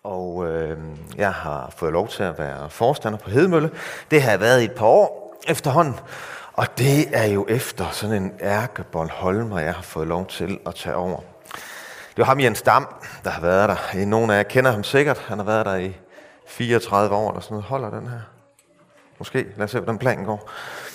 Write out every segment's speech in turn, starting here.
og jeg har fået lov til at være forstander på Hedemølle. Det har jeg været i et par år efterhånden, og det er jo efter sådan en ærkebornholmer, jeg har fået lov til at tage over. Det var ham Jens Dam, der har været der. Nogle af jer kender ham sikkert. Han har været der i 34 år eller sådan noget. Holder den her? Måske. Lad os se, hvordan planen går.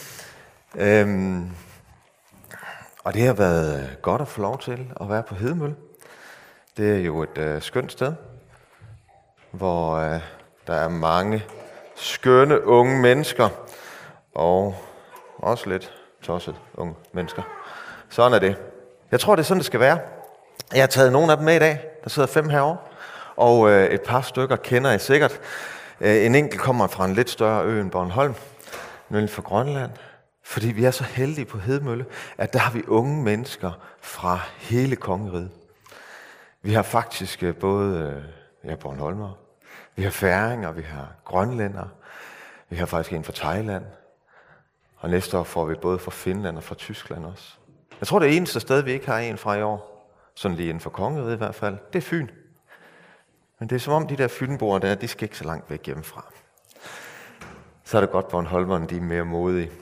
Og det har været godt at få lov til at være på Hedemølle. Det er jo et skønt sted, hvor der er mange skønne unge mennesker, og også lidt tosset unge mennesker. Sådan er det. Jeg tror, det er sådan, det skal være. Jeg har taget nogle af dem med i dag. Der sidder 5 herovre, og et par stykker kender I sikkert. En enkelt kommer fra en lidt større ø end Bornholm, nemlig fra Grønland. Fordi vi er så heldige på Hedemølle, at der har vi unge mennesker fra hele kongeriget. Vi har faktisk både bornholmere, vi har færinger, vi har grønlændere, vi har faktisk en fra Thailand, og næste år får vi både fra Finland og fra Tyskland også. Jeg tror, det eneste sted, vi ikke har en fra i år, sådan lige inden for kongeriget i hvert fald, det er Fyn. Men det er som om de der fynboere der, de skal ikke så langt væk hjemmefra. Så er det godt, bornholmerne, de er mere modige.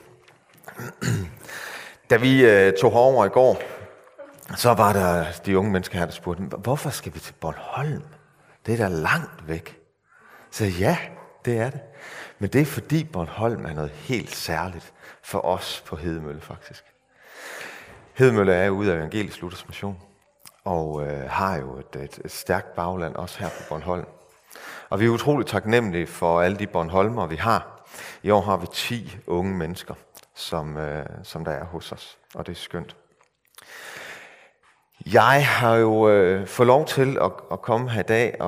Da vi tog herover i går, så var der de unge mennesker her, der spurgte, hvorfor skal vi til Bornholm? Det er da langt væk. Så ja, det er det. Men det er fordi Bornholm er noget helt særligt for os på Hedemølle faktisk. Hedemølle er ude af Evangelisk Luthers Mission, og har jo et stærkt bagland også her på Bornholm. Og vi er utroligt taknemmelige for alle de bornholmere, vi har. I år har vi 10 unge mennesker, som der er hos os, og det er skønt. Jeg har jo fået lov til at komme her i dag,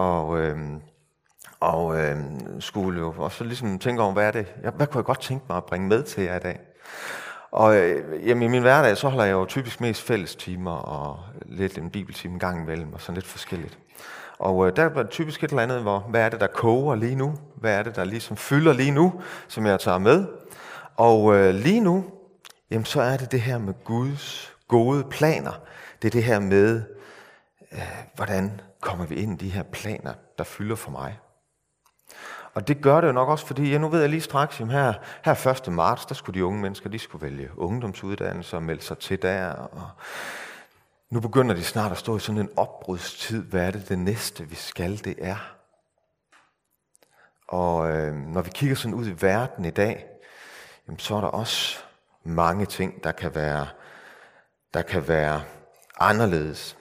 og skulle jo også ligesom tænke over, hvad kunne jeg godt tænke mig at bringe med til jer i dag. Og i min hverdag, så holder jeg jo typisk mest fællestimer og lidt en bibeltime en gang imellem, og sådan lidt forskelligt. Og der er typisk et eller andet, hvad er det, der koger lige nu? Hvad er det, der ligesom fylder lige nu, som jeg tager med? Og lige nu, jamen, så er det her med Guds gode planer. Det er det her med, hvordan kommer vi ind i de her planer, der fylder for mig. Og det gør det jo nok også, fordi nu ved jeg lige straks, her 1. marts, der skulle de unge mennesker, de skulle vælge ungdomsuddannelse og melde sig til der. Og nu begynder de snart at stå i sådan en opbrudstid. Hvad er det næste, vi skal, det er? Og når vi kigger sådan ud i verden i dag, jamen, så er der også mange ting, der kan være anderledes.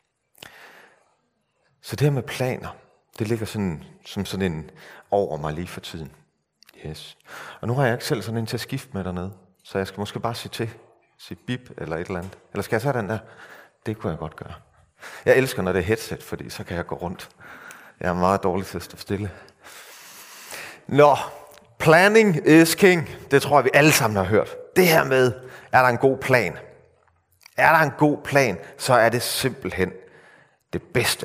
Så det her med planer, det ligger sådan, som sådan en over mig lige for tiden. Yes. Og nu har jeg ikke selv sådan en til at skifte med dernede, så jeg skal måske bare sige bip eller et eller andet. Eller skal jeg så den der? Det kunne jeg godt gøre. Jeg elsker, når det er headset, fordi så kan jeg gå rundt. Jeg er meget dårlig til at stå stille. Nå, planning is king. Det tror jeg, vi alle sammen har hørt. Det her med, er der en god plan? Er der en god plan, så er det simpelthen det bedste.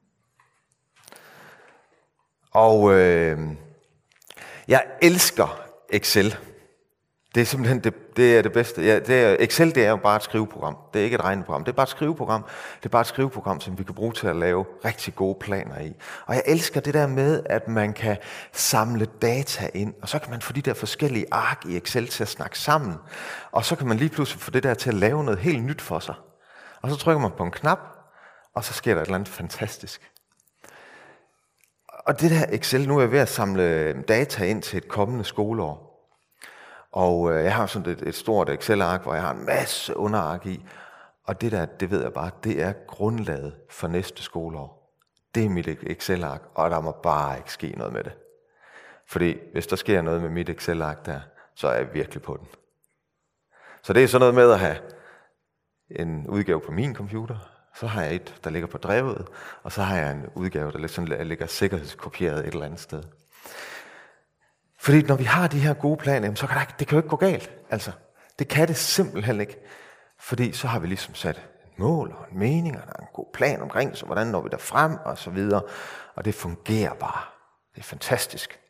Og jeg elsker Excel. Det er simpelthen det er det bedste. Ja, Excel, det er jo bare et skriveprogram. Det er ikke et regneprogram. Det er bare et skriveprogram. Det er bare et skriveprogram, som vi kan bruge til at lave rigtig gode planer i. Og jeg elsker det der med, at man kan samle data ind, og så kan man få de der forskellige ark i Excel til at snakke sammen. Og så kan man lige pludselig få det der til at lave noget helt nyt for sig. Og så trykker man på en knap, og så sker der et eller andet fantastisk. Og det der Excel, nu er jeg ved at samle data ind til et kommende skoleår. Og jeg har sådan et stort Excel-ark, hvor jeg har en masse underark i. Og det der, det ved jeg bare, det er grundlaget for næste skoleår. Det er mit Excel-ark, og der må bare ikke ske noget med det. Fordi hvis der sker noget med mit Excel-ark der, så er jeg virkelig på den. Så det er sådan noget med at have en udgave på min computer. Så har jeg et, der ligger på drevet, og så har jeg en udgave, der ligger sikkerhedskopieret et eller andet sted. Fordi når vi har de her gode planer, så kan det kan jo ikke gå galt. Altså, det kan det simpelthen ikke. Fordi så har vi ligesom sat et mål og en mening, og der er en god plan omkring, så hvordan når vi der frem, og så videre. Og det fungerer bare. Det er fantastisk.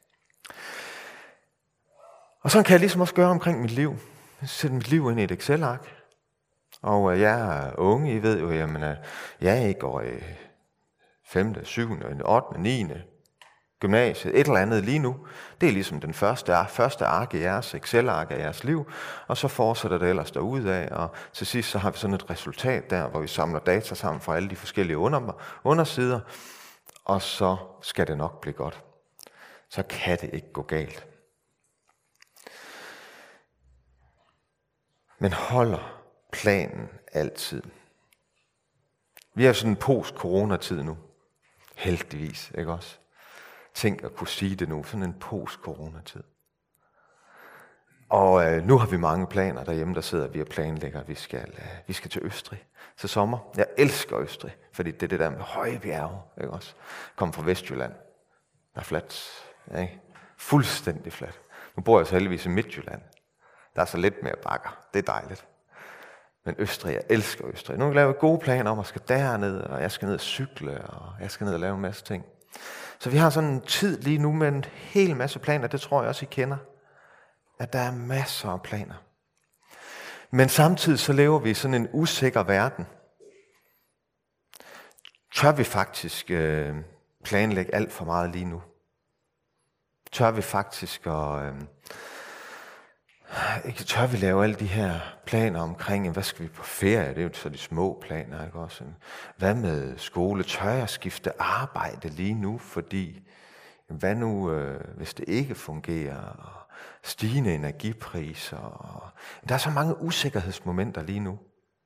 Og sådan kan jeg ligesom også gøre omkring mit liv. Jeg sætter mit liv ind i et Excel-ark. Og jeg er unge, I ved jo, jamen, jeg går i 5., 7., 8., 9. gymnasiet, et eller andet lige nu. Det er ligesom den første ark i jeres Excel-ark af jeres liv, og så fortsætter det ellers derudad, og til sidst så har vi sådan et resultat der, hvor vi samler data sammen fra alle de forskellige undersider, og så skal det nok blive godt. Så kan det ikke gå galt. Men holder planen altid? Vi er sådan en post-corona-tid nu. Heldigvis, ikke også? Tænk at kunne sige det nu, sådan en post-corona-tid. Og nu har vi mange planer derhjemme, der sidder vi og planlægger. Vi skal til Østrig til sommer. Jeg elsker Østrig, fordi det er det der med høje bjerge, ikke også? Kom fra Vestjylland. Der er fladt, ikke? Fuldstændig fladt. Nu bor jeg så heldigvis i Midtjylland. Der er så lidt mere bakker. Det er dejligt. Men Østrig, jeg elsker Østrig. Nu har jeg lavet gode planer om, at jeg skal derned, og jeg skal ned og cykle, og jeg skal ned og lave en masse ting. Så vi har sådan en tid lige nu med en hel masse planer, det tror jeg også, I kender. At der er masser af planer. Men samtidig så lever vi i sådan en usikker verden. Tør vi faktisk planlægge alt for meget lige nu? Tør vi faktisk tør vi lave alle de her planer omkring, hvad skal vi på ferie? Det er jo så de små planer, ikke også? Hvad med skole? Tør jeg skifte arbejde lige nu? Fordi, hvad nu, hvis det ikke fungerer? Stigende energipriser. Der er så mange usikkerhedsmomenter lige nu.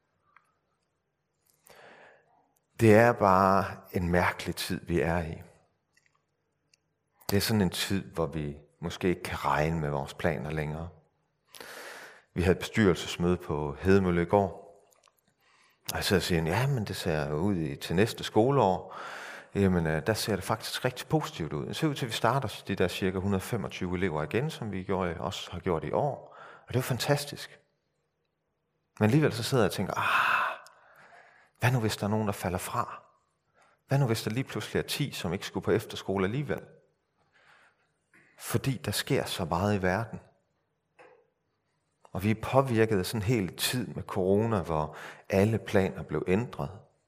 Det er bare en mærkelig tid, vi er i. Det er sådan en tid, hvor vi måske ikke kan regne med vores planer længere. Vi havde et bestyrelsesmøde på Hedemølle i går. Og jeg sidder og siger, ja, men det ser ud til næste skoleår. Jamen, der ser det faktisk rigtig positivt ud. Det ser ud til, at vi starter de der cirka 125 elever igen, som vi også har gjort i år. Og det er jo fantastisk. Men alligevel så sidder jeg og tænker, hvad nu hvis der er nogen, der falder fra? Hvad nu hvis der lige pludselig er 10, som ikke skulle på efterskole alligevel? Fordi der sker så meget i verden. Og vi er påvirket af sådan en hel tid med corona, hvor alle planer blev ændret.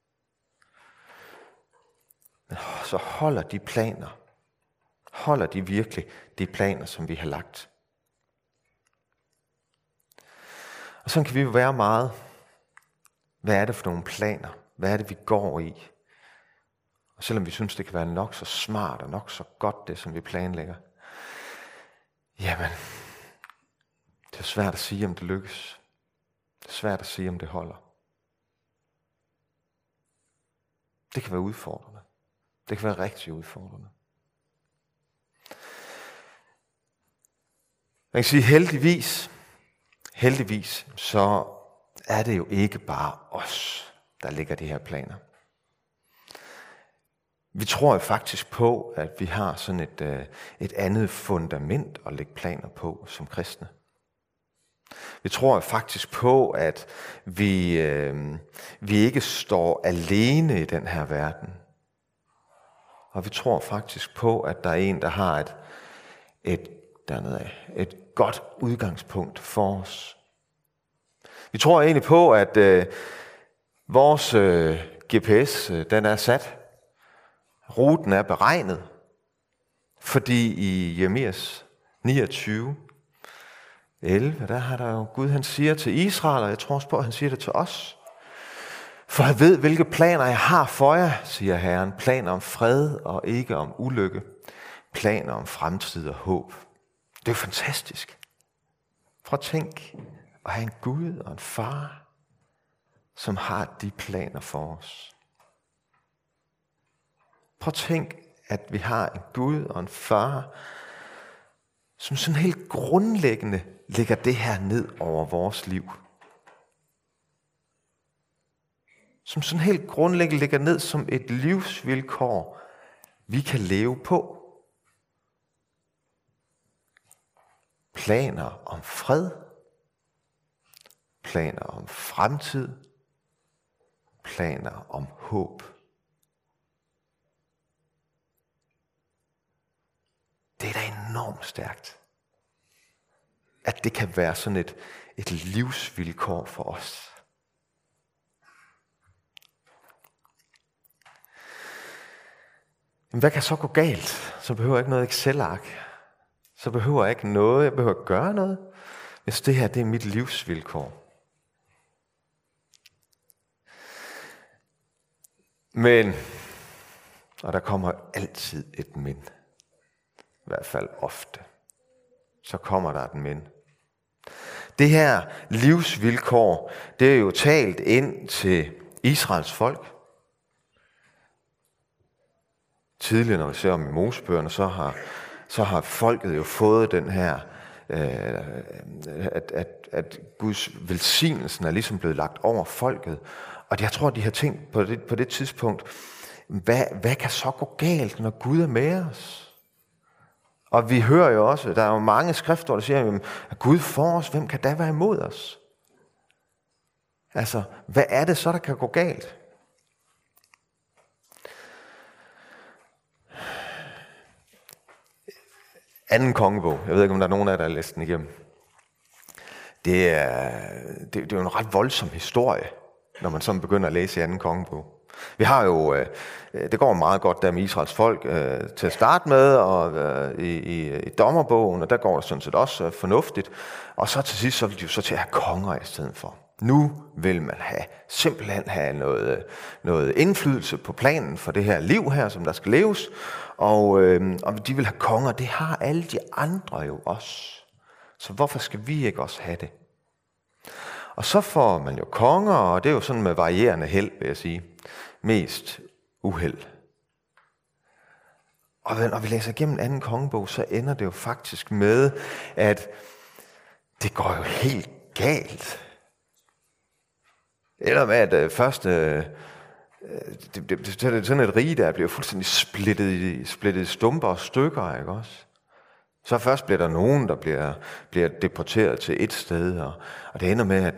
Men så holder de virkelig de planer, som vi har lagt. Og sådan kan vi jo være meget. Hvad er det for nogle planer? Hvad er det, vi går i? Og selvom vi synes, det kan være nok så smart og nok så godt, det som vi planlægger. Jamen, det er svært at sige, om det lykkes. Det er svært at sige, om det holder. Det kan være udfordrende. Det kan være rigtig udfordrende. Man kan sige, heldigvis, så er det jo ikke bare os, der lægger de her planer. Vi tror jo faktisk på, at vi har sådan et andet fundament at lægge planer på som kristne. Vi tror faktisk på, at vi ikke står alene i den her verden. Og vi tror faktisk på, at der er en, der har et godt udgangspunkt for os. Vi tror egentlig på, at vores GPS, den er sat. Ruten er beregnet. Fordi i Jeremias 29, 11, der har der jo Gud, han siger til Israel, og jeg tror også på, at han siger det til os. For jeg ved, hvilke planer jeg har for jer, siger Herren. Planer om fred og ikke om ulykke. Planer om fremtid og håb. Det er jo fantastisk. Prøv at tænk at have en Gud og en far, som har de planer for os. Prøv at tænk, at vi har en Gud og en far, som sådan helt grundlæggende lægger det her ned over vores liv. Som sådan helt grundlæggende ligger ned som et livsvilkår, vi kan leve på. Planer om fred, planer om fremtid, planer om håb. Det er da enormt stærkt, at det kan være sådan et livsvilkår for os. Men hvad kan så gå galt? Så behøver jeg ikke noget Excel-ark. Så behøver jeg ikke noget. Jeg behøver ikke gøre noget. Hvis det her, det er mit livsvilkår. Men, og der kommer altid et men. I hvert fald ofte. Så kommer der et men. Det her livsvilkår, det er jo talt ind til Israels folk. Tidligere, når vi ser om i Mosebøgerne, så har folket jo fået den her, at Guds velsignelsen er ligesom blevet lagt over folket. Og jeg tror, de har tænkt på det tidspunkt, hvad kan så gå galt, når Gud er med os? Og vi hører jo også, der er jo mange skrifter, der siger, at Gud for os, hvem kan da være imod os? Altså, hvad er det så, der kan gå galt? Anden kongebog. Jeg ved ikke, om der er nogen af jer, der har læst den igennem. Det er jo en ret voldsom historie, når man sådan begynder at læse i anden kongebog. Vi har jo, det går meget godt der med Israels folk til at starte med, og i dommerbogen, og der går det sådan set også fornuftigt. Og så til sidst, så vil de jo så til at have konger i stedet for. Nu vil man simpelthen have noget indflydelse på planen for det her liv her, som der skal leves. Og de vil have konger, det har alle de andre jo også. Så hvorfor skal vi ikke også have det? Og så får man jo konger, og det er jo sådan med varierende held, vil jeg sige. Mest uheld. Og når vi læser igennem anden kongebog, så ender det jo faktisk med, at det går jo helt galt. Eller med, at først det er sådan et rige, der bliver fuldstændig splittet i stumper og stykker, ikke også? Så først bliver der nogen, der bliver deporteret til et sted, og det ender med,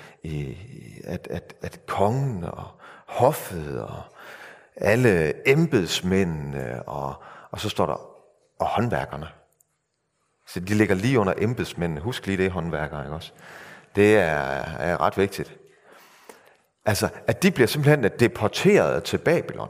at kongen og hoffet og alle embedsmændene, og så står der, og håndværkerne. Så de ligger lige under embedsmændene. Husk lige det, håndværkere, ikke også? Det er ret vigtigt. Altså, at de bliver simpelthen deporteret til Babylon.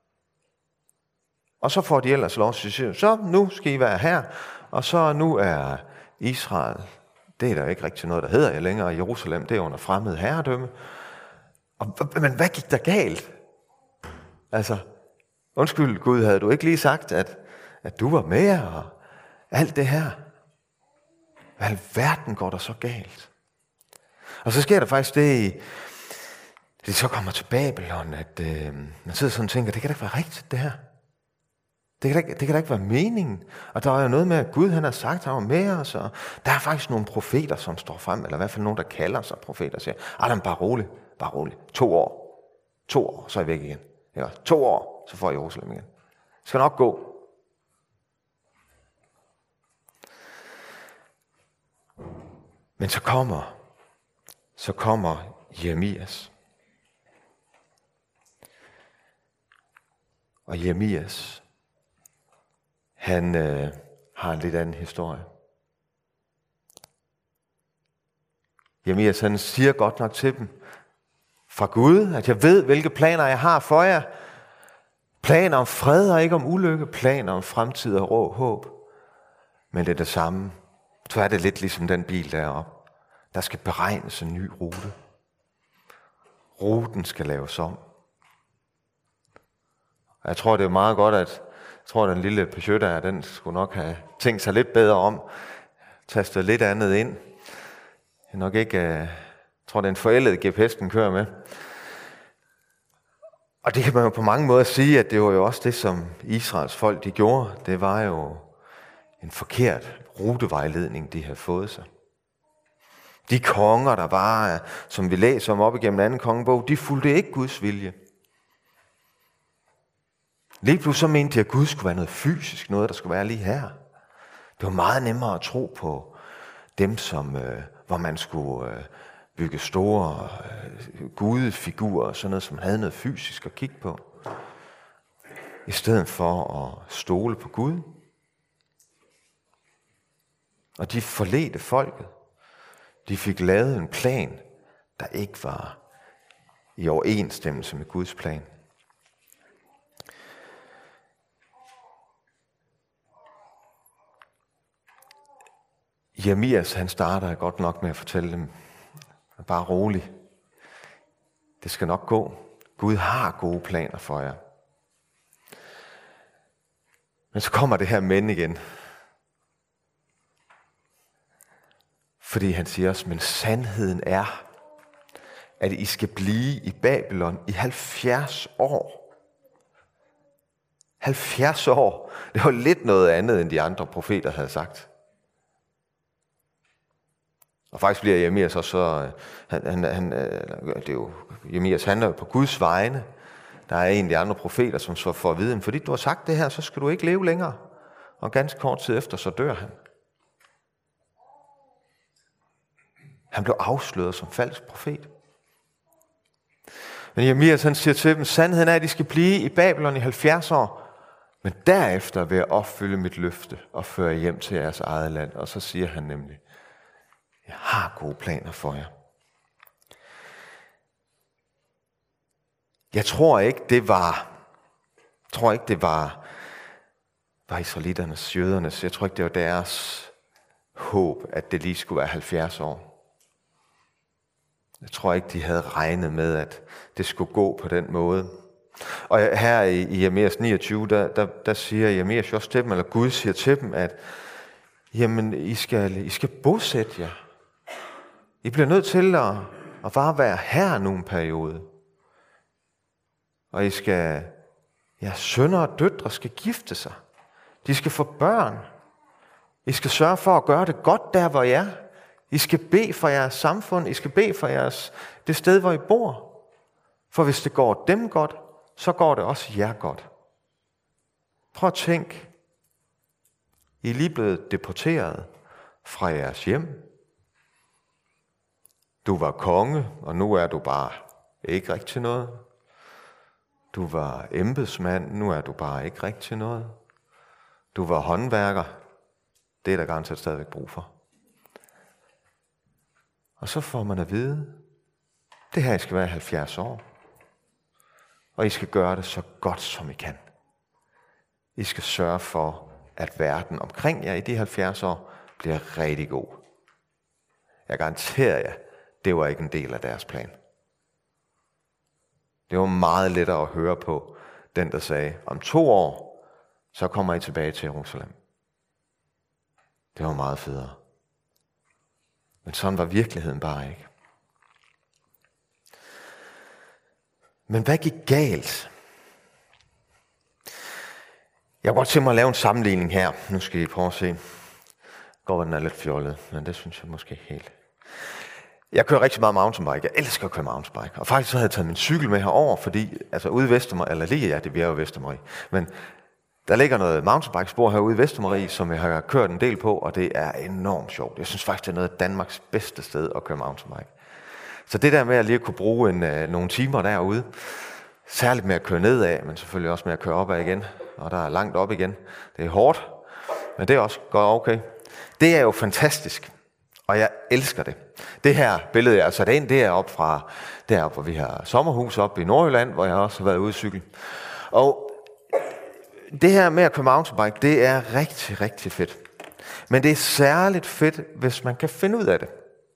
Og så får de ellers lov til at sige, så nu skal I være her, og så nu er Israel, det er der ikke rigtig noget, der hedder længere. Jerusalem, det er under fremmed herredømme. Men hvad gik der galt? Altså, undskyld Gud, havde du ikke lige sagt, at du var med, og alt det her? Hvad i alverden går der så galt? Og så sker der faktisk det, de så kommer til Babylon, at man sidder sådan og tænker, det kan da ikke være rigtigt, det her. Det kan da ikke være meningen. Og der er jo noget med, at Gud han har sagt, at han var med os, og der er faktisk nogle profeter, som står frem, eller i hvert fald nogen, der kalder sig profeter, og siger, bare rolig. 2 år, så er jeg væk igen. Ja, 2 år, så får jeg Jerusalem igen. Det skal nok gå. Men så kommer Jeremias. Og Jeremias, han har en lidt anden historie. Jeremias, han siger godt nok til dem, fra Gud, at jeg ved, hvilke planer jeg har for jer. Planer om fred og ikke om ulykke. Planer om fremtid og håb. Men det er det samme. Så er det lidt ligesom den bil deroppe. Der skal beregnes en ny rute. Ruten skal laves om. Og jeg tror, det er meget godt, at den lille Peugeot der, den skulle nok have tænkt sig lidt bedre om. Tastet lidt andet ind. Jeg nok ikke... Jeg tror, det er en forældet GPS, den kører med. Og det kan man jo på mange måder sige, at det var jo også det, som Israels folk de gjorde. Det var jo en forkert rutevejledning, de havde fået sig. De konger, der var, som vi læser om op igennem anden kongebog, de fulgte ikke Guds vilje. Lige pludselig så mente de, at Gud skulle være noget fysisk, noget der skulle være lige her. Det var meget nemmere at tro på dem, hvor man skulle bygge store gudefigurer og sådan noget, som havde noget fysisk at kigge på. I stedet for at stole på Gud. Og de forledte folket. De fik lavet en plan, der ikke var i overensstemmelse med Guds plan. Jeremias, han starter godt nok med at fortælle dem, bare rolig. Det skal nok gå. Gud har gode planer for jer. Men så kommer det her men igen. Fordi han siger også, men sandheden er, at I skal blive i Babylon i 70 år. 70 år. Det var lidt noget andet, end de andre profeter havde sagt. Og faktisk bliver Jeremias også det er jo, Jeremias handler på Guds vegne. Der er en af de andre profeter, som så får at vide, fordi du har sagt det her, så skal du ikke leve længere. Og ganske kort tid efter, så dør han. Han blev afsløret som falsk profet. Men Jeremias, han siger til dem, sandheden er, at de skal blive i Babylon i 70 år, men derefter vil jeg opfylde mit løfte og føre hjem til jeres eget land. Og så siger han nemlig, jeg har gode planer for jer. Jeg tror ikke, det var israeliternes, jødernes. Jeg tror ikke, det var deres håb, at det lige skulle være 70 år. Jeg tror ikke, de havde regnet med, at det skulle gå på den måde. Og her i Jeremias 29, der siger Jeremias også til dem, eller Gud siger til dem, at jamen, I skal bosætte jer. I bliver nødt til at bare være her nogle periode. Og jeres sønner og døtre skal gifte sig. De skal få børn. I skal sørge for at gøre det godt der, hvor I er. I skal bede for jeres samfund. I skal bede for det sted, hvor I bor. For hvis det går dem godt, så går det også jer godt. Prøv at tænk. I er lige blevet deporteret fra jeres hjem. Du var konge, og nu er du bare ikke rigtig noget. Du var embedsmand, nu er du bare ikke rigtig noget. Du var håndværker. Det er der garanteret stadigvæk brug for. Og så får man at vide, det her I skal være 70 år. Og I skal gøre det så godt som I kan. I skal sørge for, at verden omkring jer i de 70 år bliver rigtig god. Jeg garanterer jer, det var ikke en del af deres plan. Det var meget lettere at høre på den, der sagde, om 2 år, så kommer I tilbage til Jerusalem. Det var meget federe. Men sådan var virkeligheden bare ikke. Men hvad gik galt? Jeg kunne godt tænke mig at lave en sammenligning her. Nu skal I prøve at se. Godt, den er lidt fjollet, men det synes jeg måske helt. Jeg kører rigtig meget mountainbike. Jeg elsker at køre mountainbike. Og faktisk så havde jeg taget min cykel med herover, fordi altså ude i Vestermarie, eller lige, ja, det bliver jo Vestermarie, men der ligger noget mountainbikespor herude i Vestermarie, som jeg har kørt en del på, og det er enormt sjovt. Jeg synes faktisk, det er noget af Danmarks bedste sted at køre mountainbike. Så det der med at lige kunne bruge nogle timer derude, særligt med at køre nedad, men selvfølgelig også med at køre opad igen, og der er langt op igen. Det er hårdt, men det er også godt okay. Det er jo fantastisk, og jeg elsker det. Det her billede, jeg har sat ind, det er op fra deroppe, hvor vi har sommerhus oppe i Nordjylland, hvor jeg også har været ude i cykel. Og det her med at køre mountainbike, det er rigtig, rigtig fedt. Men det er særligt fedt, hvis man kan finde ud af det.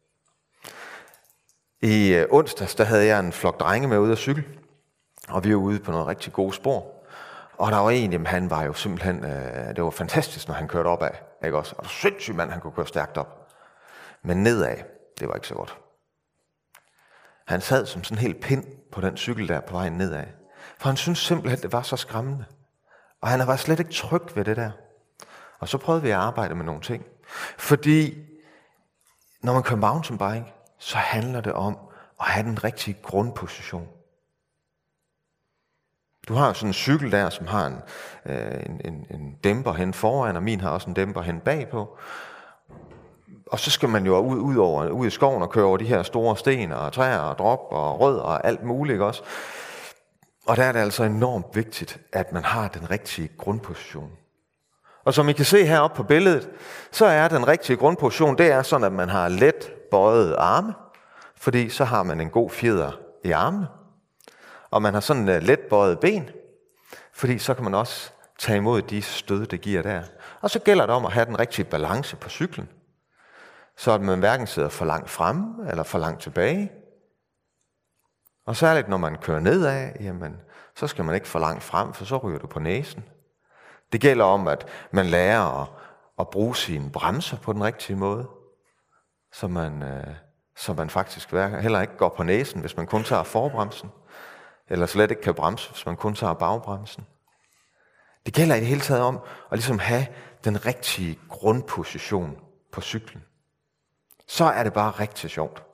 I onsdags, der havde jeg en flok drenge med ude at cykle, og vi var ude på noget rigtig gode spor. Og der var en, jamen, han var jo simpelthen, det var fantastisk, når han kørte opad, ikke også? Og det var sindssygt, mand, han kunne køre stærkt op. Men nedad, det var ikke så godt. Han sad som sådan en hel pind på den cykel der på vejen nedad. For han syntes simpelthen, det var så skræmmende. Og han var slet ikke tryg ved det der. Og så prøvede vi at arbejde med nogle ting. Fordi når man kører mountainbike, så handler det om at have den rigtige grundposition. Du har jo sådan en cykel der, som har en dæmper hen foran, og min har også en dæmper hen bagpå. Og så skal man jo ud i skoven og køre over de her store sten og træer og drop og rødder og alt muligt også. Og der er det altså enormt vigtigt, at man har den rigtige grundposition. Og som I kan se heroppe på billedet, så er den rigtige grundposition, det er sådan, at man har let bøjede arme, fordi så har man en god fjeder i armene. Og man har sådan let bøjede ben, fordi så kan man også tage imod de stød, det giver der. Og så gælder det om at have den rigtige balance på cyklen. så at man hverken sidder for langt fremme eller for langt tilbage. Og særligt når man kører nedad, jamen, så skal man ikke for langt frem, for så ryger du på næsen. Det gælder om, at man lærer at bruge sine bremser på den rigtige måde, så man faktisk heller ikke går på næsen, hvis man kun tager forbremsen, eller slet ikke kan bremse, hvis man kun tager bagbremsen. Det gælder i det hele taget om at ligesom have den rigtige grundposition på cyklen. Så er det bare rigtig sjovt.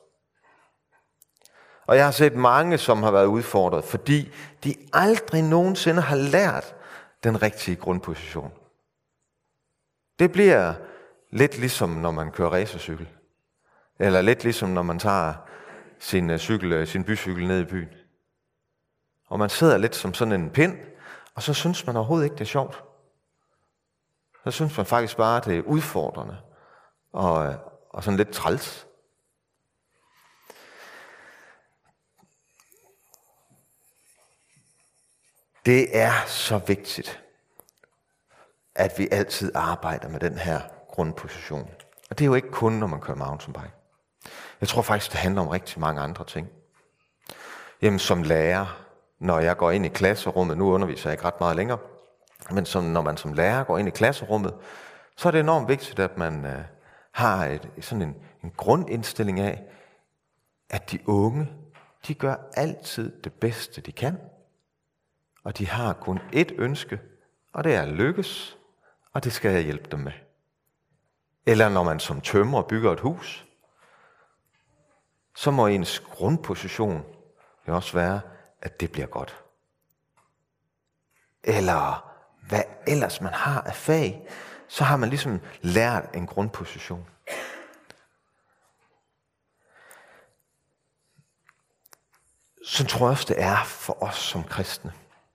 Og jeg har set mange, som har været udfordret, fordi de aldrig nogensinde har lært den rigtige grundposition. Det bliver lidt ligesom, når man kører racercykel. Eller lidt ligesom, når man tager sin bycykel ned i byen. Og man sidder lidt som sådan en pind, og så synes man overhovedet ikke, det er sjovt. Så synes man faktisk bare, det er udfordrende og sådan lidt træls. Det er så vigtigt, at vi altid arbejder med den her grundposition. Og det er jo ikke kun, når man kører mountainbike. Jeg tror faktisk, det handler om rigtig mange andre ting. Jamen som lærer, når jeg går ind i klasserummet, nu underviser jeg ikke ret meget længere, men når man som lærer går ind i klasserummet, så er det enormt vigtigt, at man har sådan en grundindstilling af, at de unge, de gør altid det bedste, de kan. Og de har kun ét ønske, og det er at lykkes, og det skal jeg hjælpe dem med. Eller når man som tømrer bygger et hus, så må ens grundposition jo også være, at det bliver godt. Eller hvad ellers man har af fag, så har man ligesom lært en grundposition. Så tror jeg også, det er for os som kristne.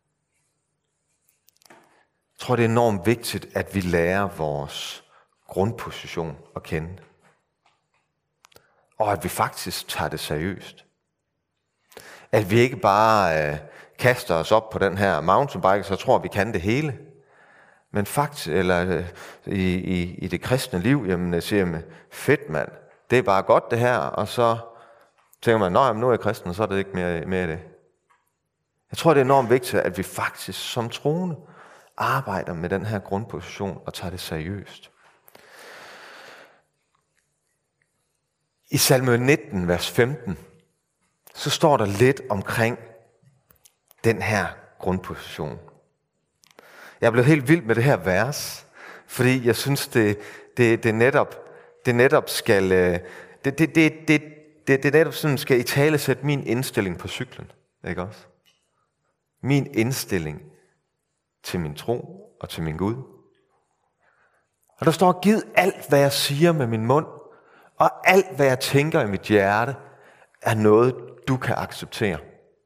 Jeg tror, det er enormt vigtigt, at vi lærer vores grundposition at kende. Og at vi faktisk tager det seriøst. At vi ikke bare kaster os op på den her mountainbike, så tror vi kan det hele. Men faktisk, eller i det kristne liv, jamen siger man, fedt mand, det er bare godt det her, og så tænker man, nå, nu er jeg kristen, så er det ikke mere af det. Jeg tror, det er enormt vigtigt, at vi faktisk som troende arbejder med den her grundposition og tager det seriøst. I salme 19, vers 15, så står der lidt omkring den her grundposition. Jeg er blevet helt vild med det her vers, fordi jeg synes, det netop skal italesætte min indstilling på cyklen. Ikke også? Min indstilling til min tro og til min Gud. Og der står, giv alt, hvad jeg siger med min mund, og alt, hvad jeg tænker i mit hjerte, er noget, du kan acceptere.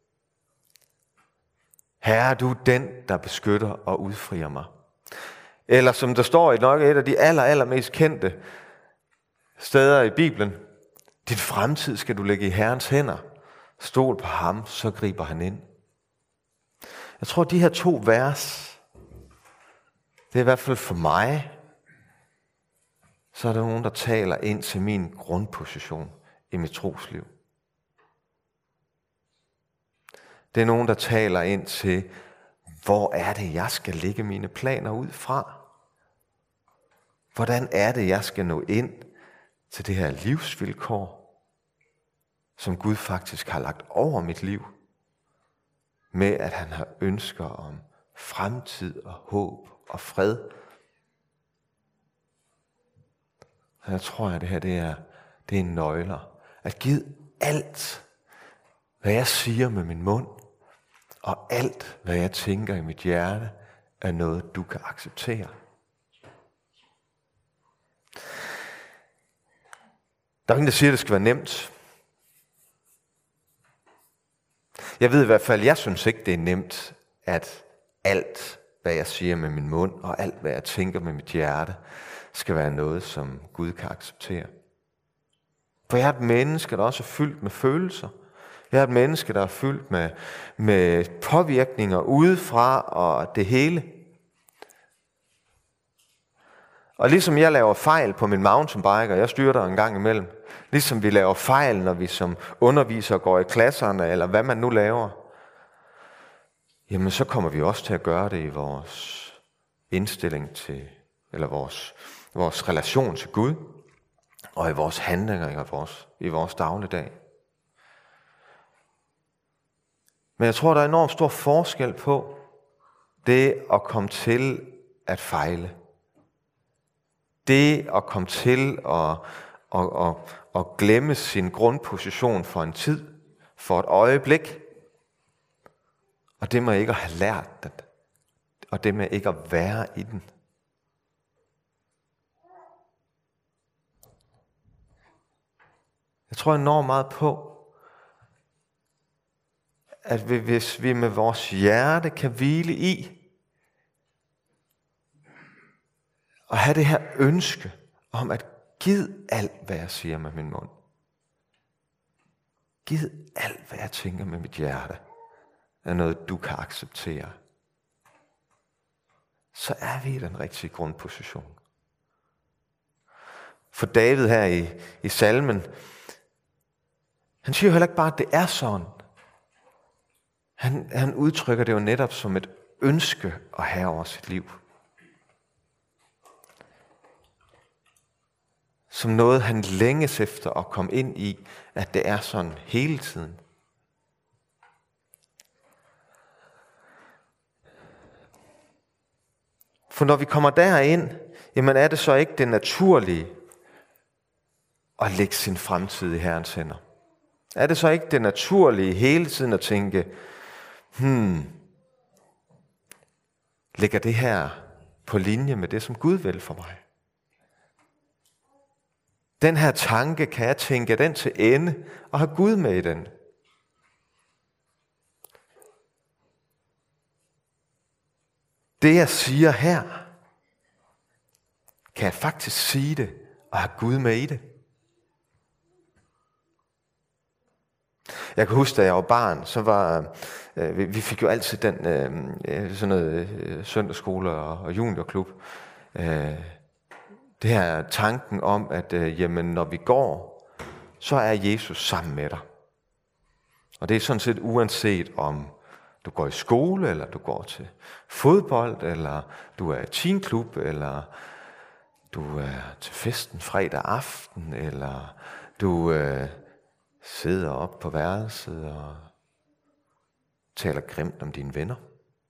Herre, du er den, der beskytter og udfrier mig. Eller som der står i nok et af de allermest kendte steder i Bibelen, din fremtid skal du lægge i Herrens hænder. Stol på ham, så griber han ind. Jeg tror, de her to vers, det er i hvert fald for mig, så er der nogen, der taler ind til min grundposition i mit trosliv. Det er nogen, der taler ind til, hvor er det, jeg skal lægge mine planer ud fra? Hvordan er det, jeg skal nå ind til det her livsvilkår, som Gud faktisk har lagt over mit liv, med at han har ønsker om fremtid og håb og fred. Og jeg tror, at det her det er nøgler. At give alt, hvad jeg siger med min mund, og alt, hvad jeg tænker i mit hjerte, er noget, du kan acceptere. Der er ingen, der siger, at det skal være nemt. Jeg ved i hvert fald, jeg synes ikke, det er nemt, at alt, hvad jeg siger med min mund, og alt, hvad jeg tænker med mit hjerte, skal være noget, som Gud kan acceptere. For jeg er et menneske, der også er fyldt med følelser. Jeg er et menneske, der er fyldt med påvirkninger udefra og det hele. Og ligesom jeg laver fejl på min mountainbike, og jeg styrter en gang imellem, ligesom vi laver fejl, når vi som undervisere går i klasserne, eller hvad man nu laver, jamen så kommer vi også til at gøre det i vores indstilling til, eller vores relation til Gud, og i vores handlinger, i vores dagligdag. Men jeg tror, der er enormt stor forskel på det at komme til at fejle. Det at komme til at glemme sin grundposition for en tid, for et øjeblik, og det med ikke at have lært det, og det med ikke at være i den. Jeg tror enormt meget på, at hvis vi med vores hjerte kan hvile i, og have det her ønske om at gid alt, hvad jeg siger med min mund. Gid alt, hvad jeg tænker med mit hjerte, er noget, du kan acceptere. Så er vi i den rigtige grundposition. For David her i salmen, han siger jo heller ikke bare, at det er sådan. Han udtrykker det jo netop som et ønske at have over sit liv. Som noget, han længes efter at komme ind i, at det er sådan hele tiden. For når vi kommer derind, jamen er det så ikke det naturlige at lægge sin fremtid i Herrens hænder? Er det så ikke det naturlige hele tiden at tænke, ligger det her på linje med det, som Gud vil for mig? Den her tanke, kan jeg tænke den til ende og have Gud med i den? Det jeg siger her, kan jeg faktisk sige det og have Gud med i det? Jeg kan huske, da jeg var barn, så var vi fik jo altid den sådan noget søndagsskole og juniorklub. Det her tanken om, at jamen, når vi går, så er Jesus sammen med dig. Og det er sådan set uanset om du går i skole, eller du går til fodbold, eller du er i teenklub, eller du er til festen fredag aften, eller du sidder op på værelset og taler grimt om dine venner,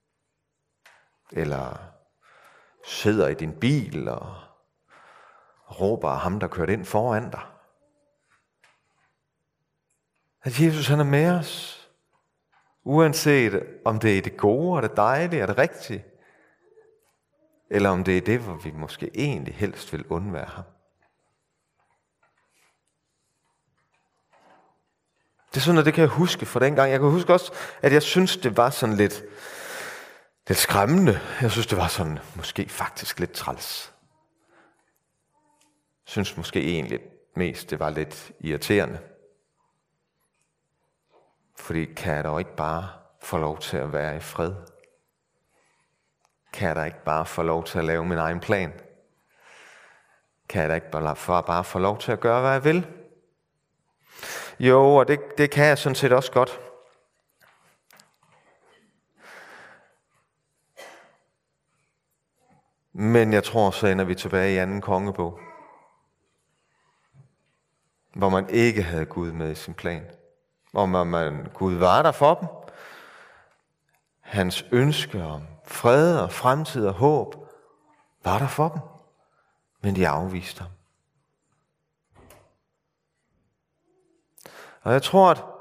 eller sidder i din bil og råber af ham, der kørte ind foran dig. At Jesus han er med os, uanset om det er det gode, og det dejlige, og det rigtige, eller om det er det, hvor vi måske egentlig helst vil undvære ham. Det er sådan, at det kan jeg huske fra dengang. Jeg kan huske også, at jeg synes, det var sådan lidt skræmmende. Jeg synes, det var sådan måske faktisk lidt træls. Jeg synes måske egentlig mest, det var lidt irriterende. Fordi kan jeg dog ikke bare få lov til at være i fred? Kan jeg da ikke bare få lov til at lave min egen plan? Kan jeg da ikke bare få lov til at gøre, hvad jeg vil? Jo, og det kan jeg sådan set også godt. Men jeg tror, så ender vi tilbage i anden kongebog, hvor man ikke havde Gud med i sin plan. Hvor Gud var der for dem. Hans ønske om fred og fremtid og håb var der for dem, men de afviste ham. Og jeg tror, at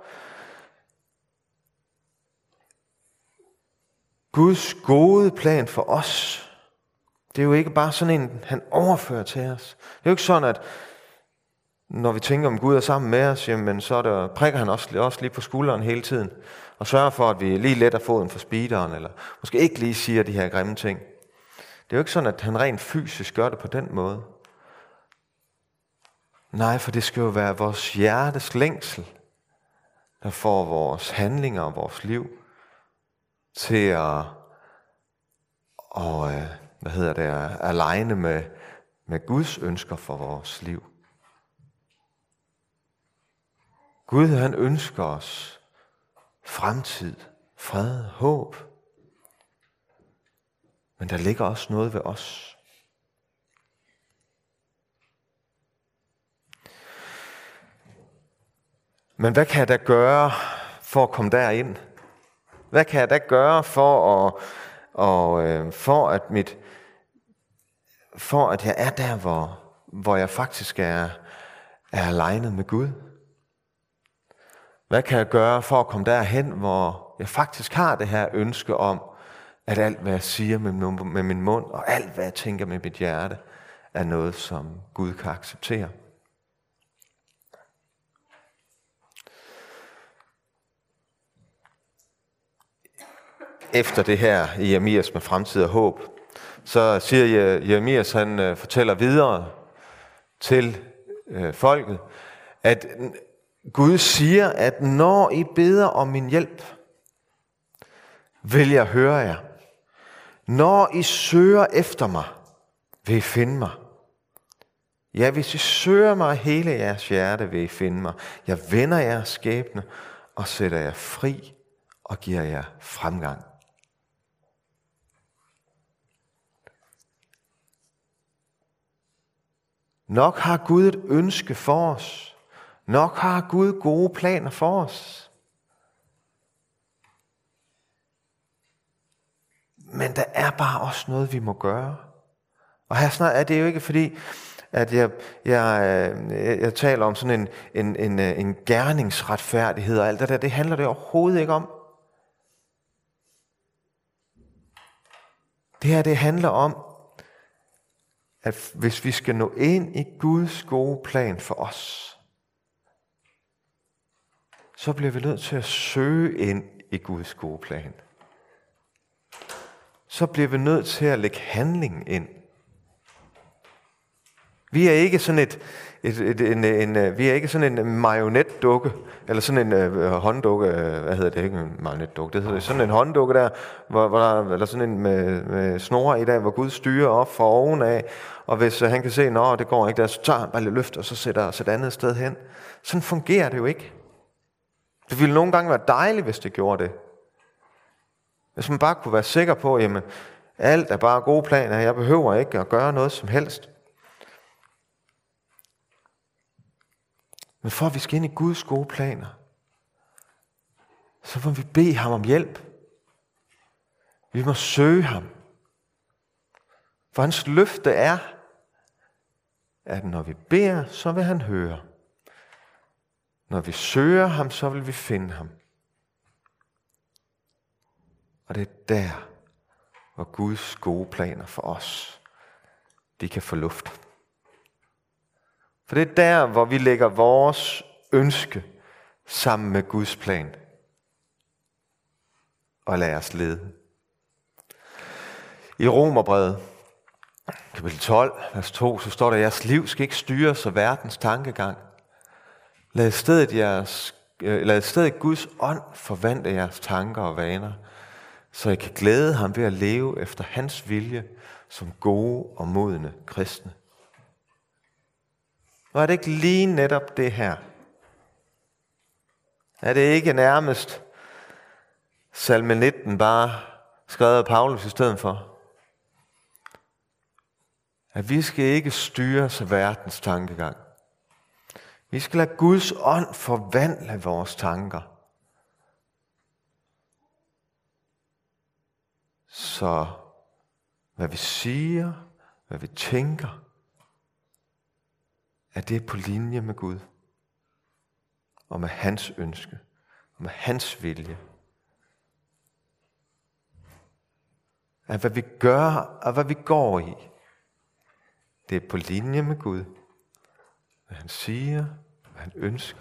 Guds gode plan for os, det er jo ikke bare sådan en, han overfører til os. Det er jo ikke sådan, at når vi tænker om Gud er sammen med os, jamen så prikker han også lige på skulderen hele tiden, og sørger for, at vi lige letter foden for speederen, eller måske ikke lige siger de her grimme ting. Det er jo ikke sådan, at han rent fysisk gør det på den måde. Nej, for det skal jo være vores hjertes længsel, der får vores handlinger og vores liv til at aligne med Guds ønsker for vores liv. Gud, han ønsker os fremtid, fred, håb. Men der ligger også noget ved os. Men hvad kan jeg da gøre for at komme derind? Hvad kan jeg da gøre for at jeg er der, hvor jeg faktisk er alignet med Gud? Hvad kan jeg gøre for at komme derhen, hvor jeg faktisk har det her ønske om, at alt, hvad jeg siger med min mund, og alt, hvad jeg tænker med mit hjerte, er noget, som Gud kan acceptere? Efter det her i Jeremias med fremtid og håb, så siger Jeremias, han fortæller videre til folket, at Gud siger, at når I beder om min hjælp, vil jeg høre jer. Når I søger efter mig, vil I finde mig. Ja, hvis I søger mig hele jeres hjerte, vil I finde mig. Jeg vender jeres skæbne og sætter jer fri og giver jer fremgang. Nok har Gud et ønske for os. Nok har Gud gode planer for os. Men der er bare også noget, vi må gøre. Og her snart er det jo ikke fordi, at jeg taler om sådan en gerningsretfærdighed og alt det der. Det handler det overhovedet ikke om. Det her, det handler om, at hvis vi skal nå ind i Guds gode plan for os, så bliver vi nødt til at søge ind i Guds gode plan. Så bliver vi nødt til at lægge handling ind. Vi er ikke sådan en marionetdukke, eller sådan en hånddukke, hvad hedder det, ikke en marionetdukke, det hedder sådan en hånddukke der, hvor der, eller sådan en med snore i dag, hvor Gud styrer op fra ovenaf, og hvis han kan se, at det går ikke der, så tager han bare lidt løft, og så sætter et andet sted hen. Sådan fungerer det jo ikke. Det ville nogle gange være dejligt, hvis det gjorde det. Hvis man bare kunne være sikker på, jamen, alt er bare gode planer, jeg behøver ikke at gøre noget som helst. Men for at vi skal ind i Guds gode planer, så må vi bede ham om hjælp. Vi må søge ham. For hans løfte er, at når vi beder, så vil han høre. Når vi søger ham, så vil vi finde ham. Og det er der, hvor Guds gode planer for os, de kan få luft. For det er der, hvor vi lægger vores ønske sammen med Guds plan. Og lader os lede. I Romerbrevet, kapitel 12, vers 2, så står der, at jeres liv skal ikke styres af verdens tankegang. Lad i stedet Guds ånd forvandle jeres tanker og vaner, så I kan glæde ham ved at leve efter hans vilje som gode og modne kristne. Og er det ikke lige netop det her? Er det ikke nærmest salme 19 bare skrevet af Paulus i stedet for? At vi skal ikke styres af verdens tankegang. Vi skal lade Guds ånd forvandle vores tanker. Så hvad vi siger, hvad vi tænker, at det er på linje med Gud. Og med hans ønske. Og med hans vilje. At hvad vi gør, og hvad vi går i, det er på linje med Gud. Hvad han siger, hvad han ønsker.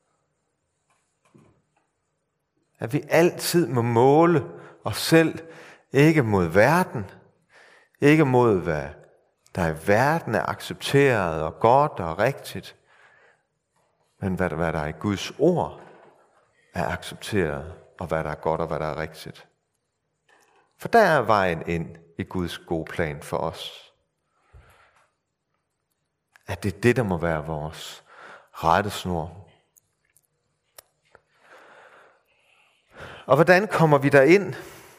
At vi altid må måle os selv, ikke mod verden, ikke mod hvad der i verden er accepteret og godt og rigtigt, men hvad der er i Guds ord er accepteret, og hvad der er godt og hvad der er rigtigt. For der er vejen ind i Guds gode plan for os. at det er det, der må være vores rettesnor. Og hvordan kommer vi derind?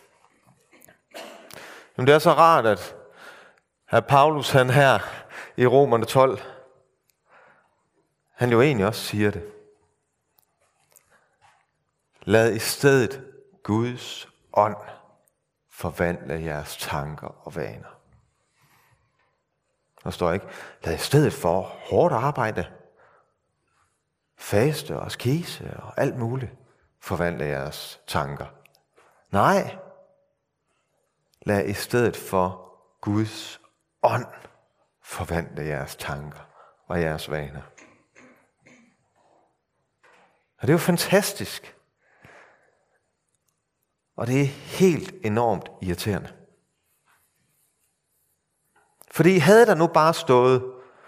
Jamen, det er så rart, at Paulus han her i Romerne 12, han jo egentlig også siger det. Lad i stedet Guds ånd forvandle jeres tanker og vaner. Der står ikke, lad i stedet for hårdt arbejde, faste og askese og alt muligt, forvandle jeres tanker. Nej, lad i stedet for Guds ånd forvandle jeres tanker og jeres vaner. Og det er jo fantastisk. Og det er helt enormt irriterende. Fordi havde der nu bare stået,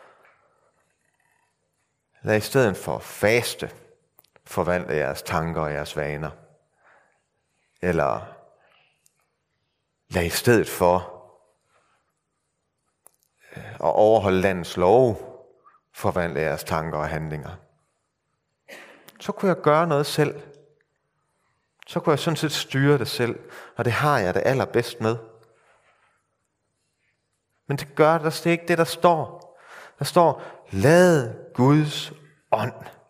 lad i stedet for faste forvandle jeres tanker og jeres vaner. Eller lad i stedet for at overholde landets love forvandle jeres tanker og handlinger. Så kunne jeg gøre noget selv. Så kunne jeg sådan set styre det selv. Og det har jeg det allerbedst med. Men det gør det er ikke det, der står. Der står, lad Guds ånd.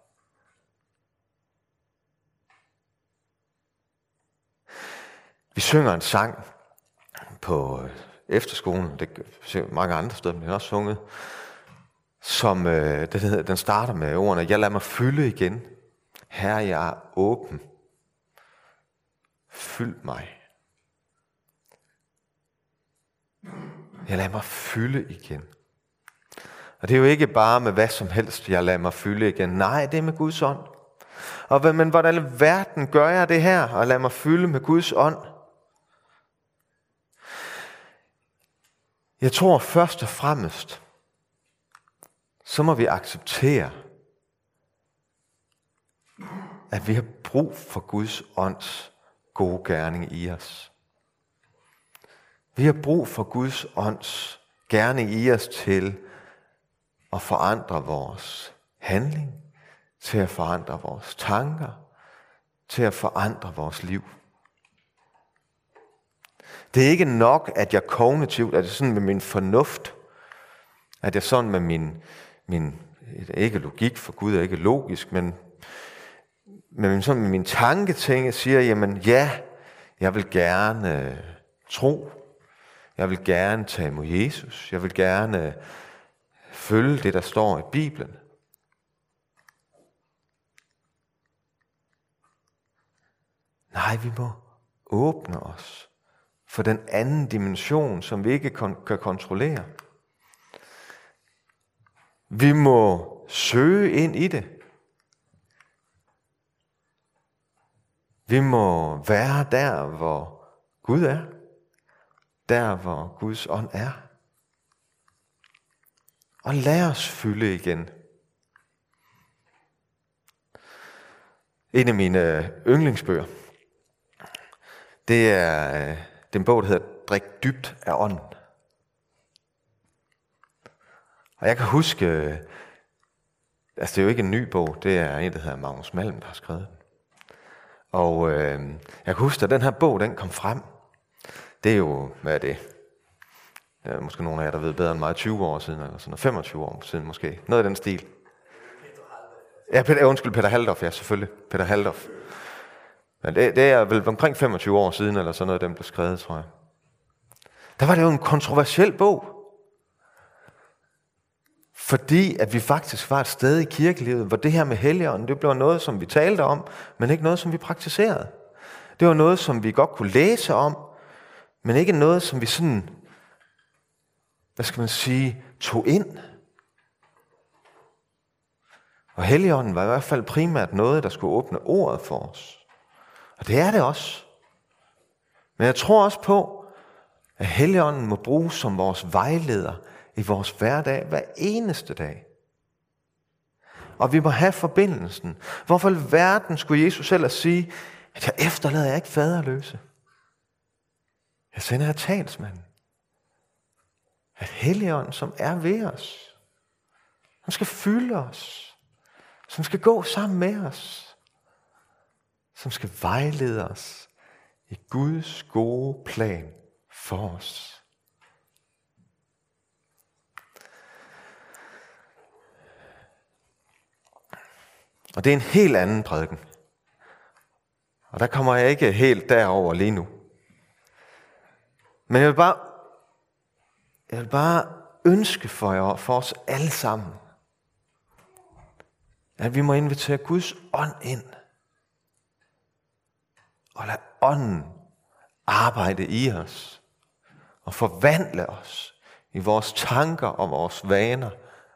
Vi synger en sang på efterskolen. Det ser mange andre steder, men den er også sunget. Som den starter med ordene, jeg lader mig fylde igen. Herre, jeg er åben. Fyld mig. Jeg lader mig fylde igen. Og det er jo ikke bare med hvad som helst, jeg lader mig fylde igen. Nej, det er med Guds ånd. Men hvordan i verden gør jeg det her, og lader mig fylde med Guds ånd? Jeg tror først og fremmest, så må vi acceptere, at vi har brug for Guds ånds gode gerning i os. Vi har brug for Guds ånds gerning i os til at forandre vores handling, til at forandre vores tanker, til at forandre vores liv. Det er ikke nok, at jeg kognitivt, at det sådan med min fornuft, at jeg sådan med min ikke logik, for Gud er ikke logisk, men sådan med min tanketing siger, jamen ja, jeg vil gerne tro, jeg vil gerne tage imod Jesus, jeg vil gerne følge det, der står i Bibelen. Nej, vi må åbne os for den anden dimension, som vi ikke kan kontrollere. Vi må søge ind i det. Vi må være der, hvor Gud er. Der, hvor Guds ånd er. Og lad os fylde igen. En af mine yndlingsbøger, det er den bog, der hedder Drik dybt af ånden. Og jeg kan huske, altså det er jo ikke en ny bog, det er en, der hedder Magnus Malm, der har skrevet den. Og jeg kan huske, at den her bog, den kom frem. Det er jo, hvad er det? Der er måske nogle af jer, der ved bedre end mig, 20 år siden, eller sådan noget, 25 år siden måske. Noget af den stil. Ja, Peter Halldorf, ja, selvfølgelig. Peter Halldorf. Men det er vel omkring 25 år siden, eller sådan noget, dem blev skrevet, tror jeg. Der var det jo en kontroversiel bog. Fordi at vi faktisk var et sted i kirkelivet, hvor det her med Helligånden, det blev noget, som vi talte om, men ikke noget, som vi praktiserede. Det var noget, som vi godt kunne læse om, men ikke noget, som vi sådan, hvad skal man sige, tog ind. Og Helligånden var i hvert fald primært noget, der skulle åbne ordet for os. Og det er det også. Men jeg tror også på, at Helligånden må bruges som vores vejleder i vores hverdag hver eneste dag. Og vi må have forbindelsen. Hvorfor i verden skulle Jesus selv sige, at jeg efterlader jer ikke faderløse? Jeg sender jer talsmanden. At Helligånden, som er ved os, som skal fylde os, som skal gå sammen med os, som skal vejlede os i Guds gode plan for os. Og det er en helt anden prædiken. Og der kommer jeg ikke helt derover lige nu. Men jeg vil bare ønske for os alle sammen, at vi må invitere Guds ånd ind. Og lade ånden arbejde i os. Og forvandle os i vores tanker og vores vaner.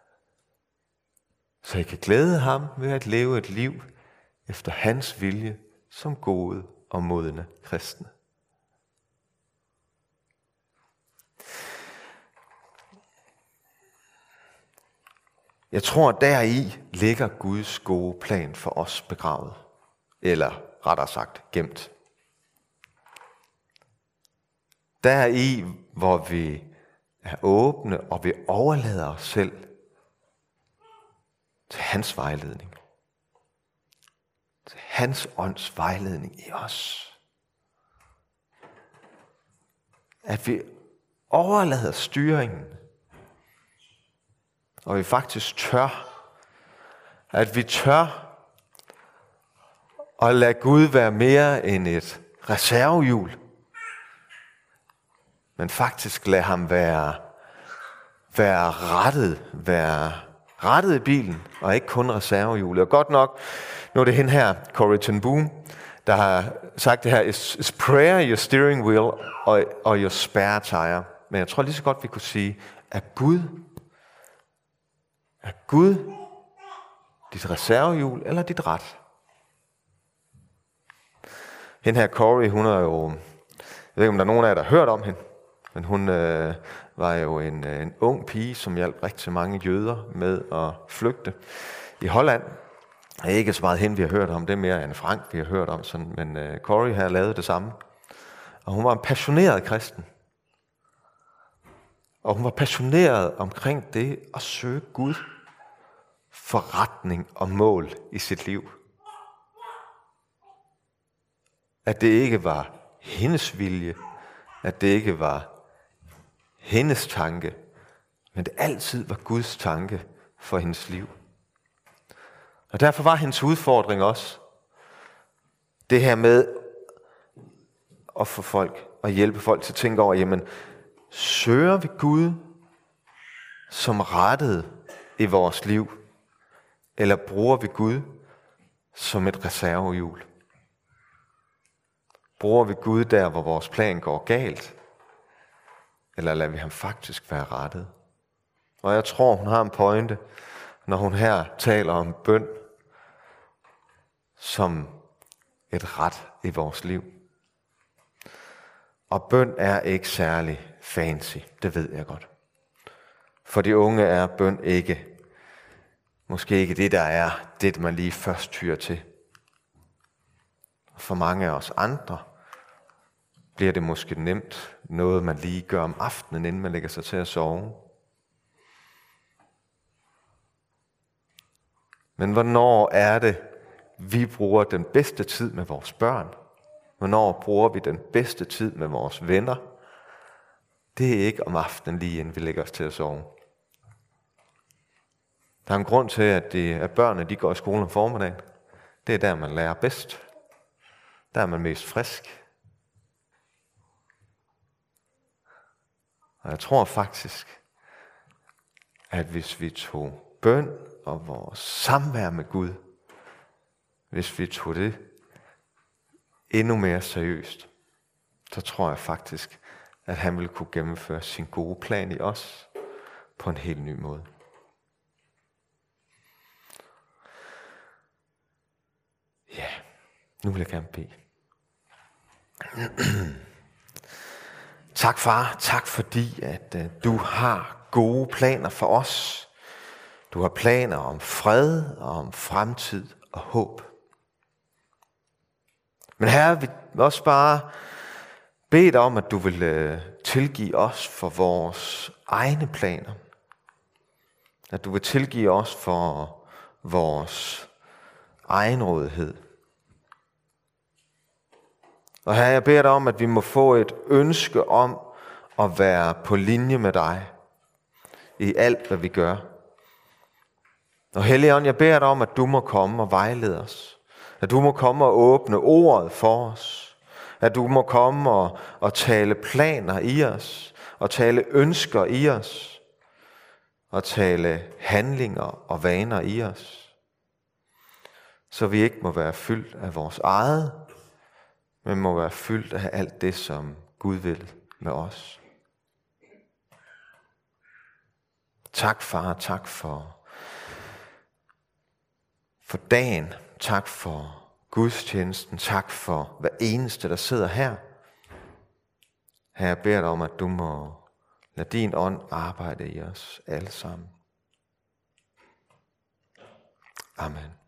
Så I kan glæde ham ved at leve et liv efter hans vilje som gode og modne kristne. Jeg tror, deri ligger Guds gode plan for os begravet. Eller rettere sagt, gemt. Deri, hvor vi er åbne, og vi overlader os selv til hans vejledning. Til hans ånds vejledning i os. At vi overlader styringen. Og vi faktisk tør. At vi tør at lade Gud være mere end et reservehjul. Men faktisk lade ham være rettet i bilen, og ikke kun reservehjulet. Og godt nok, nu er det hende her, Corrie ten Boom, der har sagt det her, is prayer your steering wheel og your spare tire. Men jeg tror lige så godt, vi kunne sige, at Gud dit reservehjul eller dit ret? Hende her Corrie, hun er jo, jeg ved ikke om der er nogen af jer, der har hørt om hende, men hun var jo en ung pige, som hjalp rigtig mange jøder med at flygte i Holland. Det er ikke så meget hende, vi har hørt om, det er mere Anne Frank, vi har hørt om, sådan, men Corrie har lavet det samme. Og hun var en passioneret kristen. Og hun var passioneret omkring det at søge Gud for retning og mål i sit liv. At det ikke var hendes vilje, at det ikke var hendes tanke, men det altid var Guds tanke for hendes liv. Og derfor var hendes udfordring også det her med at få folk og hjælpe folk til at tænke over, jamen, søger vi Gud som rettet i vores liv, eller bruger vi Gud som et reservehjul? Bruger vi Gud der, hvor vores plan går galt? Eller lader vi ham faktisk være rettet? Og jeg tror, hun har en pointe, når hun her taler om bøn som et ret i vores liv. Og bøn er ikke særlig fancy, det ved jeg godt. For de unge er bøn måske ikke det, der er det, man lige først tyrer til. For mange af os andre bliver det måske nemt noget, man lige gør om aftenen, inden man lægger sig til at sove. Men hvornår er det, vi bruger den bedste tid med vores børn? Hvornår bruger vi den bedste tid med vores venner? Det er ikke om aftenen lige inden vi lægger os til at sove. Der er en grund til, at børnene de går i skole om formiddagen. Det er der, man lærer bedst. Der er man mest frisk. Og jeg tror faktisk, at hvis vi tog bøn og vores samvær med Gud, hvis vi tog det endnu mere seriøst, så tror jeg faktisk, at han vil kunne gennemføre sin gode plan i os på en helt ny måde. Ja, nu vil jeg gerne bede. Tak far, tak fordi at du har gode planer for os. Du har planer om fred og om fremtid og håb. Men Herre, vi også bare bede dig om, at du vil tilgive os for vores egne planer. At du vil tilgive os for vores egenrådighed. Og Herre, jeg beder dig om, at vi må få et ønske om at være på linje med dig i alt, hvad vi gør. Og Helligånd, jeg beder dig om, at du må komme og vejlede os. At du må komme og åbne ordet for os. At du må komme og tale planer i os. Og tale ønsker i os. Og tale handlinger og vaner i os. Så vi ikke må være fyldt af vores eget, men må være fyldt af alt det, som Gud vil med os. Tak, far. Tak for dagen. Tak for gudstjenesten. Tak for hver eneste, der sidder her. Herre, jeg beder dig om, at du må lade din ånd arbejde i os alle sammen. Amen.